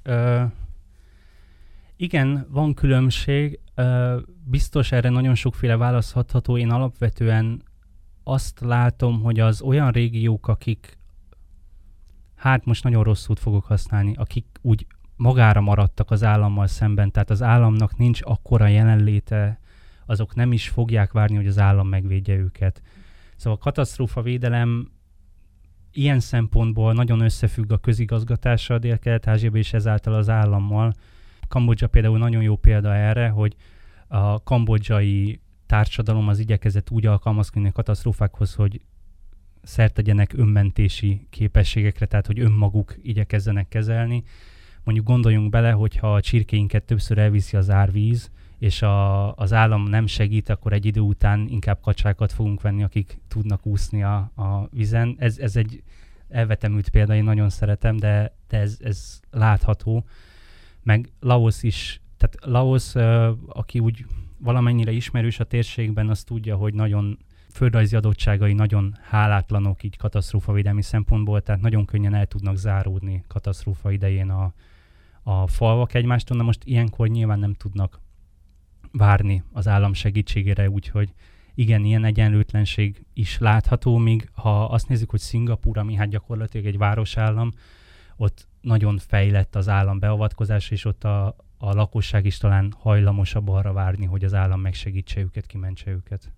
Igen, van különbség. Biztos erre nagyon sokféle választható. Én alapvetően azt látom, hogy az olyan régiók, akik, most nagyon rossz szót fogok használni, akik úgy magára maradtak az állammal szemben, tehát az államnak nincs akkora jelenléte, azok nem is fogják várni, hogy az állam megvédje őket. Szóval a katasztrófavédelem ilyen szempontból nagyon összefügg a közigazgatással Dél-Kelet-Ázsiában, és ezáltal az állammal. Kambodzsa például nagyon jó példa erre, hogy a kambodzsai társadalom az igyekezett úgy alkalmazkodni a katasztrófákhoz, hogy szert tegyenek önmentési képességekre, tehát hogy önmaguk igyekezzenek kezelni. Mondjuk gondoljunk bele, hogyha a csirkéinket többször elviszi az árvíz, és az állam nem segít, akkor egy idő után inkább kacsákat fogunk venni, akik tudnak úszni a vízen. Ez egy elvetemült példa, én nagyon szeretem, de ez látható. Meg Laosz is, tehát Laosz, aki úgy valamennyire ismerős a térségben, az tudja, hogy nagyon földrajzi adottságai nagyon hálátlanok így katasztrófavédelmi szempontból, tehát nagyon könnyen el tudnak záródni katasztrófa idején a falvak egymástól, de most ilyenkor nyilván nem tudnak várni az állam segítségére, úgyhogy igen, ilyen egyenlőtlenség is látható, míg ha azt nézzük, hogy Szingapúr, ami hát gyakorlatilag egy városállam, ott nagyon fejlett az állam beavatkozás, és ott a lakosság is talán hajlamosabb arra várni, hogy az állam megsegítse őket, kimentse őket.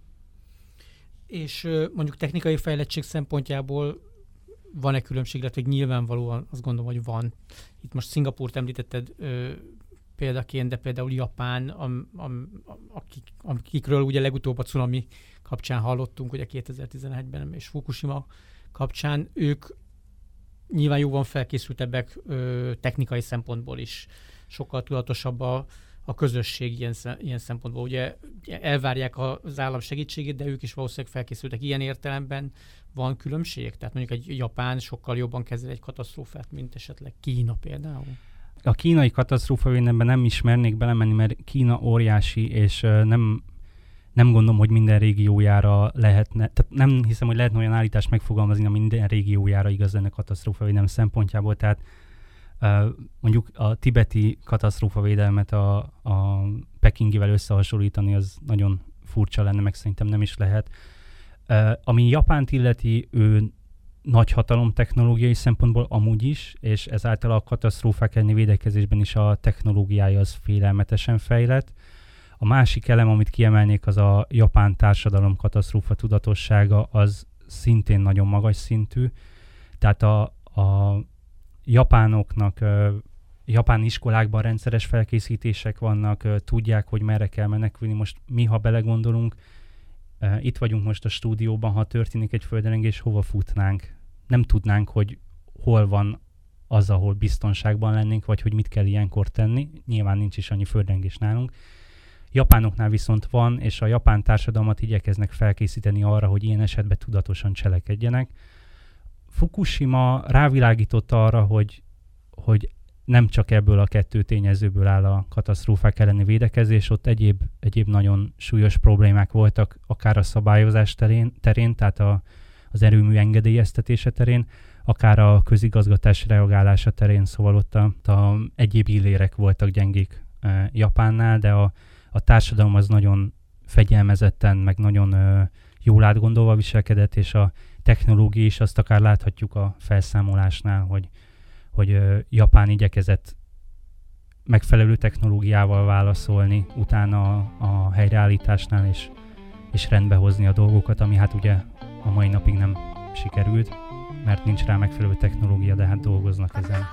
És mondjuk technikai fejlettség szempontjából van-e különbség, illetve nyilvánvalóan azt gondolom, hogy van. Itt most Szingapúrt említetted példaként, de például Japán, akikről ugye legutóbb a cunami kapcsán hallottunk, ugye 2011-ben és Fukushima kapcsán, ők nyilván jóval felkészültebbek technikai szempontból is. Sokkal tudatosabb a közösség ilyen szempontból. Ugye elvárják az állam segítségét, de ők is valószínűleg felkészültek. Ilyen értelemben van különbség? Tehát mondjuk egy Japán sokkal jobban kezel egy katasztrófát, mint esetleg Kína például? A kínai katasztrófavédelemben nem ismernék belemenni, mert Kína óriási, és nem gondolom, hogy minden régiójára lehetne, tehát nem hiszem, hogy lehetne olyan állítást megfogalmazni, ami minden régiójára igaz lenne katasztrófavédelem szempontjából, tehát mondjuk a tibeti katasztrófavédelmet a pekingivel összehasonlítani, az nagyon furcsa lenne, meg szerintem nem is lehet. Ami Japánt illeti, ő nagy hatalom technológiai szempontból amúgy is, és ezáltal a katasztrófák elleni védekezésben is a technológiája az félelmetesen fejlett. A másik elem, amit kiemelnék, az a japán társadalom katasztrófa tudatossága, az szintén nagyon magas szintű. Tehát a japánoknak, japán iskolákban rendszeres felkészítések vannak, tudják, hogy merre kell menekülni. Most mi, ha belegondolunk, itt vagyunk most a stúdióban, ha történik egy földrengés, hova futnánk? Nem tudnánk, hogy hol van az, ahol biztonságban lennénk, vagy hogy mit kell ilyenkor tenni. Nyilván nincs is annyi földrengés nálunk. Japánoknál viszont van, és a japán társadalmat igyekeznek felkészíteni arra, hogy ilyen esetben tudatosan cselekedjenek. Fukushima rávilágított arra, hogy nem csak ebből a kettő tényezőből áll a katasztrófák elleni védekezés, ott egyéb nagyon súlyos problémák voltak, akár a szabályozás terén, tehát az erőmű engedélyeztetése terén, akár a közigazgatás reagálása terén, szóval ott a egyéb illérek voltak gyengék Japánnál, de a társadalom az nagyon fegyelmezetten, meg nagyon jól átgondolva viselkedett, és a technológia is, azt akár láthatjuk a felszámolásnál, hogy Japán igyekezett megfelelő technológiával válaszolni utána a helyreállításnál, és rendbehozni a dolgokat, ami hát ugye a mai napig nem sikerült, mert nincs rá megfelelő technológia, de hát dolgoznak ezen.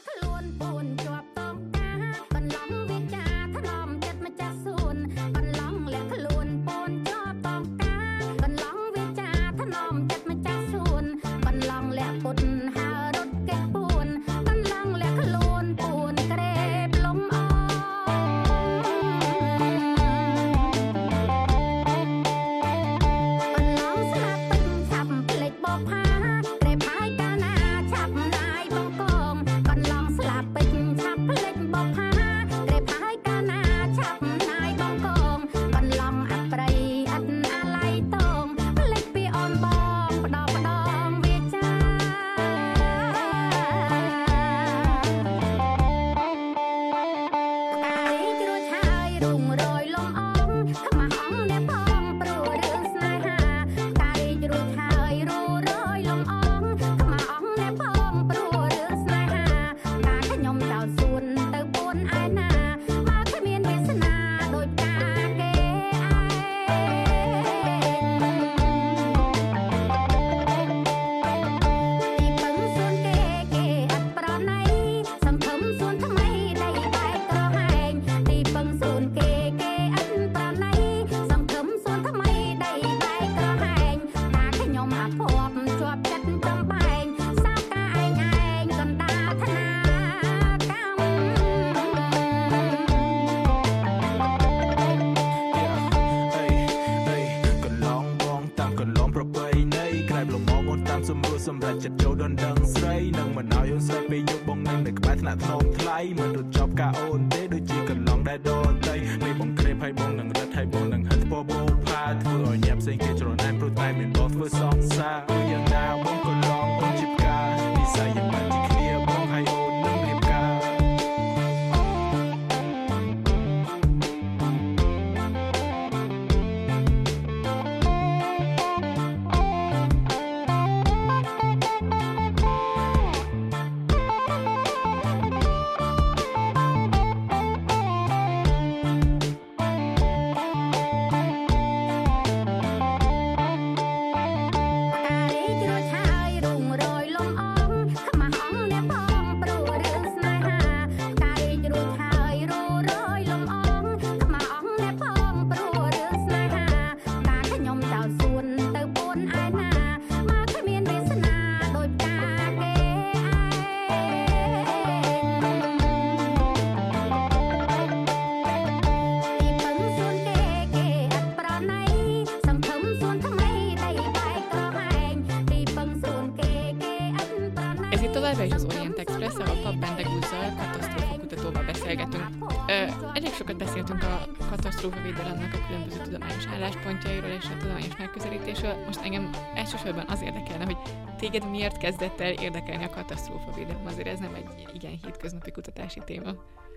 Továbbra is az Orient Express, ahol Papp Bendegúzzal, katasztrófakutatóval beszélgetünk. Elég sokat beszéltünk a katasztrófavédelemnek a különböző tudományos álláspontjairól és a tudományos megközelítésről. Most engem elsősorban az érdekelne, hogy téged miért kezdett el érdekelni a katasztrófavédelem? Azért ez nem egy igen hétköznapi kutatási téma.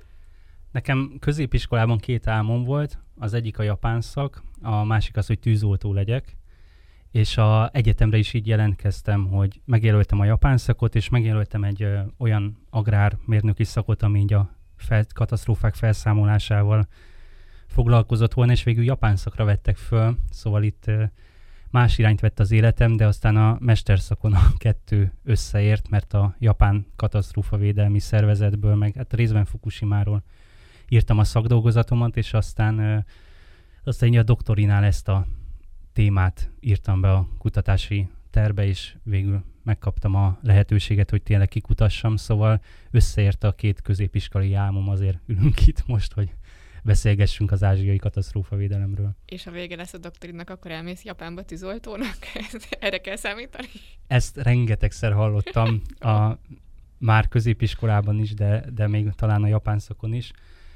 Nekem középiskolában 2 álmom volt, az egyik a japán szak, a másik az, hogy tűzoltó legyek, és a egyetemre is így jelentkeztem, hogy megjelöltem a japán szakot, és megjelöltem egy olyan agrármérnöki szakot, ami így a katasztrófák felszámolásával foglalkozott volna, és végül japán szakra vettek föl, szóval itt más irányt vett az életem, de aztán a mesterszakon a 2 összeért, mert a japán katasztrófavédelmi szervezetből, meg hát részben Fukushimáról írtam a szakdolgozatomat, és aztán a doktorinál ezt a témát írtam be a kutatási tervbe, és végül megkaptam a lehetőséget, hogy tényleg kikutassam, szóval összeért a 2 középiskolai álmom, azért ülünk itt most, hogy beszélgessünk az ázsiai katasztrófavédelemről. És ha vége lesz a doktorinnak, akkor elmész Japánba tűzoltónak? Erre kell számítani? Ezt rengetegszer hallottam, már középiskolában is, de még talán a japán szakon is.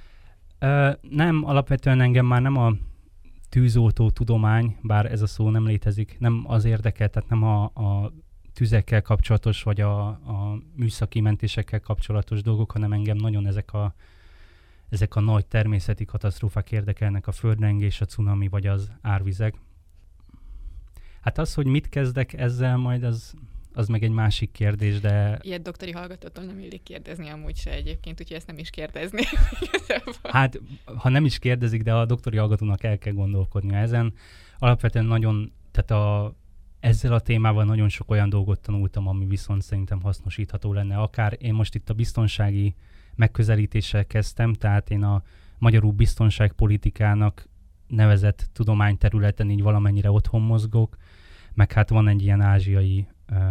Nem, alapvetően engem már nem a tűzoltó tudomány, bár ez a szó nem létezik, nem az érdekel, tehát nem a tüzekkel kapcsolatos, vagy a műszaki mentésekkel kapcsolatos dolgok, hanem engem nagyon ezek a nagy természeti katasztrófák érdekelnek, a földrengés, a cunami, vagy az árvizek. Hát az, hogy mit kezdek ezzel majd, az meg egy másik kérdés, de... Ilyet doktori hallgatótól nem illik kérdezni amúgy se egyébként, úgyhogy ezt nem is kérdezni. Hát, ha nem is kérdezik, de a doktori hallgatónak el kell gondolkodnia ezen. Alapvetően nagyon, tehát ezzel a témával nagyon sok olyan dolgot tanultam, ami viszont szerintem hasznosítható lenne. Akár én most itt a biztonsági megközelítéssel kezdtem, tehát én a magyarul biztonságpolitikának nevezett tudományterületen így valamennyire otthon mozgok, meg hát van egy ilyen ázsiai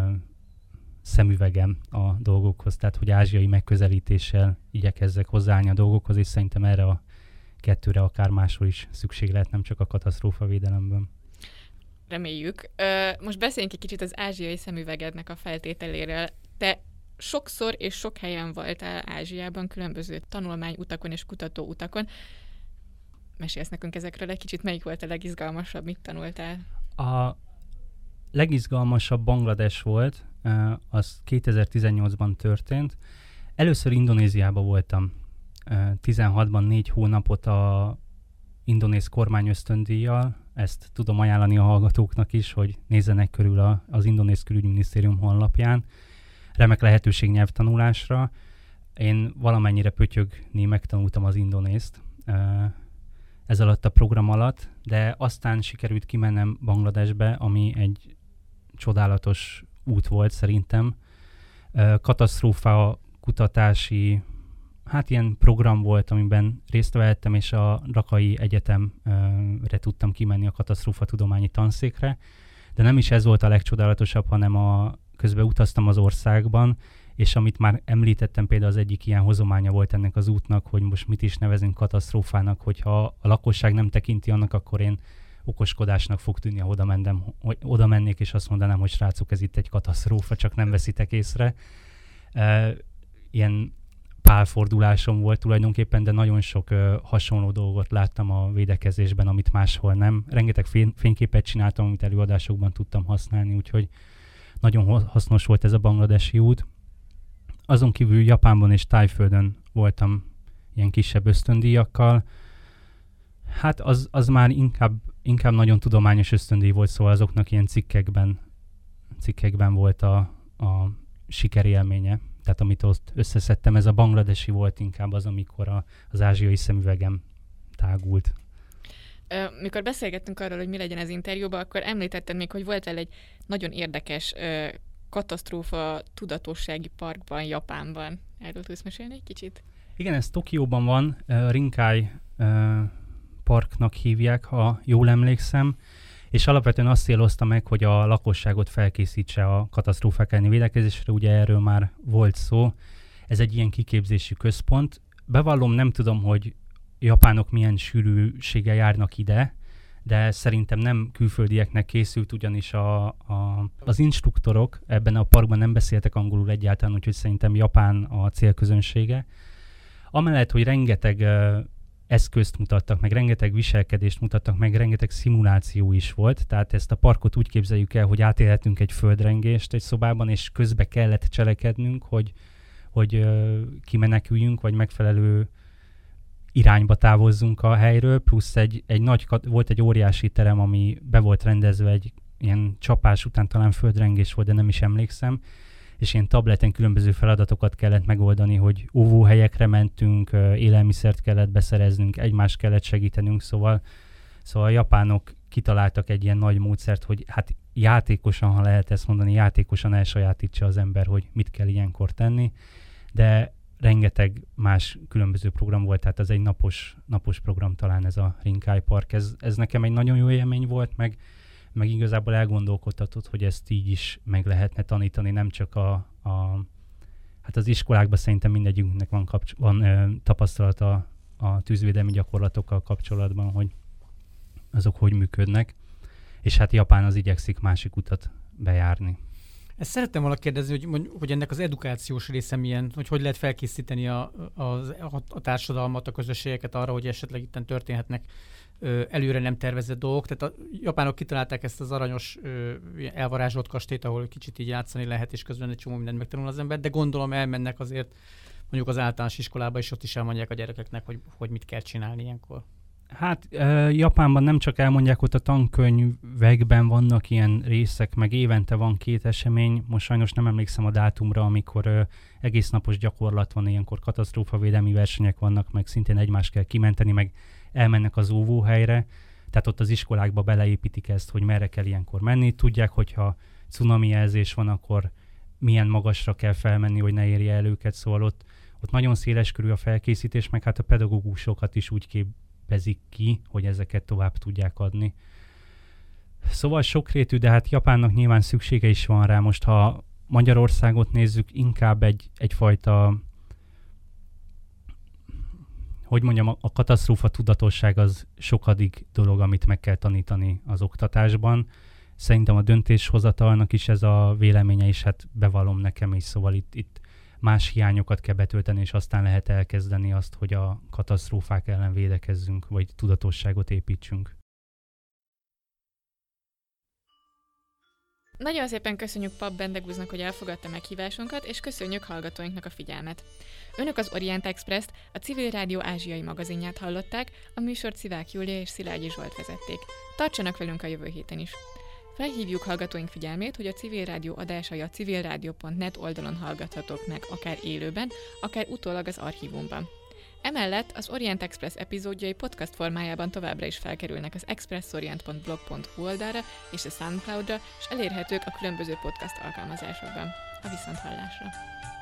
szemüvegem a dolgokhoz, tehát hogy ázsiai megközelítéssel igyekezzek hozzáállni a dolgokhoz, és szerintem erre a kettőre akár máshol is szükség lehet, nem csak a katasztrófavédelemben. Reméljük. Most beszéljünk egy kicsit az ázsiai szemüvegednek a feltételéről. Te sokszor és sok helyen voltál Ázsiában, különböző tanulmányutakon és kutatóutakon. Mesélsz nekünk ezekről egy kicsit, melyik volt a legizgalmasabb, mit tanultál? A legizgalmasabb Banglades volt, az 2018-ban történt. Először Indonéziában voltam. 16-ban 4 hónapot a indonéz kormány ösztöndíjjal. Ezt tudom ajánlani a hallgatóknak is, hogy nézzenek körül az indonéz külügyminisztérium honlapján. Remek lehetőség nyelvtanulásra. Én valamennyire pötyögni megtanultam az indonészt ez alatt a program alatt, de aztán sikerült kimennem Bangladesbe, ami egy csodálatos út volt szerintem. Katasztrófa kutatási, hát ilyen program volt, amiben részt vehettem, és a Rakai Egyetemre tudtam kimenni a katasztrófa tudományi tanszékre, de nem is ez volt a legcsodálatosabb, hanem közben utaztam az országban, és amit már említettem, például az egyik ilyen hozománya volt ennek az útnak, hogy most mit is nevezünk katasztrófának, hogyha a lakosság nem tekinti annak, akkor én okoskodásnak fog tűnni, ha oda mennék, és azt mondanám, hogy srácok, ez itt egy katasztrófa, csak nem veszitek észre. Ilyen pálfordulásom volt tulajdonképpen, de nagyon sok hasonló dolgot láttam a védekezésben, amit máshol nem. Rengeteg fényképet csináltam, amit előadásokban tudtam használni, úgyhogy nagyon hasznos volt ez a bangladesi út. Azon kívül Japánban és Tájföldön voltam ilyen kisebb ösztöndíjakkal. Hát az már inkább nagyon tudományos ösztöndíj volt, szóval azoknak ilyen cikkekben volt a sikerélménye. Tehát amit ott összeszedtem, ez a bangladesi volt inkább az, amikor az ázsiai szemüvegem tágult. Mikor beszélgettünk arról, hogy mi legyen az interjúban, akkor említetted még, hogy voltál egy nagyon érdekes katasztrófa tudatossági parkban, Japánban. Erről tudsz mesélni egy kicsit? Igen, ez Tokióban van, Rinkai parknak hívják, ha jól emlékszem, és alapvetően azt célozta meg, hogy a lakosságot felkészítse a katasztrófák elleni védekezésre, ugye erről már volt szó. Ez egy ilyen kiképzési központ. Bevallom, nem tudom, hogy japánok milyen sűrűséggel járnak ide, de szerintem nem külföldieknek készült, ugyanis az instruktorok ebben a parkban nem beszéltek angolul egyáltalán, úgyhogy szerintem Japán a célközönsége. Amellett, hogy rengeteg eszközt mutattak, meg rengeteg viselkedést mutattak, meg rengeteg szimuláció is volt, tehát ezt a parkot úgy képzeljük el, hogy átélhetünk egy földrengést egy szobában, és közbe kellett cselekednünk, hogy kimeneküljünk, vagy megfelelő irányba távozzunk a helyről, plusz volt egy óriási terem, ami be volt rendezve egy ilyen csapás után, talán földrengés volt, de nem is emlékszem, és ilyen tableten különböző feladatokat kellett megoldani, hogy óvóhelyekre mentünk, élelmiszert kellett beszereznünk, egymást kellett segítenünk, szóval a japánok kitaláltak egy ilyen nagy módszert, hogy hát játékosan, ha lehet ezt mondani, játékosan elsajátítsa az ember, hogy mit kell ilyenkor tenni, de rengeteg más különböző program volt, tehát ez egy napos program talán ez a Rinkai Park. Ez nekem egy nagyon jó élmény volt, meg igazából elgondolkodtatott, hogy ezt így is meg lehetne tanítani, nem csak hát az iskolákban szerintem mindegyikünknek van tapasztalata a tűzvédelmi gyakorlatokkal kapcsolatban, hogy azok hogy működnek, és hát Japán az igyekszik másik utat bejárni. Ezt szerettem volna kérdezni, hogy ennek az edukációs része milyen, hogy lehet felkészíteni a társadalmat, a közösségeket arra, hogy esetleg itten történhetnek előre nem tervezett dolgok. Tehát a japánok kitalálták ezt az aranyos elvarázsolt kastélyt, ahol kicsit így játszani lehet, és közben egy csomó mindent megtanul az ember, de gondolom elmennek azért mondjuk az általános iskolába, és ott is elmondják a gyerekeknek, hogy mit kell csinálni ilyenkor. Hát Japánban nem csak elmondják, ott a tankönyvekben vannak ilyen részek, meg évente van 2 esemény, most sajnos nem emlékszem a dátumra, amikor egész napos gyakorlat van, ilyenkor katasztrófavédelmi versenyek vannak, meg szintén egymást kell kimenteni, meg elmennek az óvóhelyre, tehát ott az iskolákba beleépítik ezt, hogy merre kell ilyenkor menni, tudják, hogyha cunami jelzés van, akkor milyen magasra kell felmenni, hogy ne érje el őket, szóval ott nagyon széleskörű a felkészítés, meg hát a pedagógusokat is úgy képezik ki, hogy ezeket tovább tudják adni. Szóval sokrétű, de hát Japánnak nyilván szüksége is van rá. Most ha Magyarországot nézzük, inkább egyfajta, hogy mondjam, a katasztrófa tudatosság az sokadik dolog, amit meg kell tanítani az oktatásban. Szerintem a döntéshozatalnak is ez a véleménye is, hát bevallom nekem is, szóval itt más hiányokat kell betölteni, és aztán lehet elkezdeni azt, hogy a katasztrófák ellen védekezzünk, vagy tudatosságot építsünk. Nagyon szépen köszönjük Pap Bendegúznak, hogy elfogadta meghívásunkat, és köszönjük hallgatóinknak a figyelmet. Önök az Orient Express-t, a Civil Rádió ázsiai magazinját hallották, a műsort Szivák Júlia és Szilágyi Zsolt vezették. Tartsanak velünk a jövő héten is! Felhívjuk hallgatóink figyelmét, hogy a Civil Rádió adásai a civilradio.net oldalon hallgathatók meg, akár élőben, akár utólag az archívumban. Emellett az Orient Express epizódjai podcast formájában továbbra is felkerülnek az expressorient.blog.hu oldalra és a Soundcloudra, és elérhetők a különböző podcast alkalmazásokban. A viszonthallásra!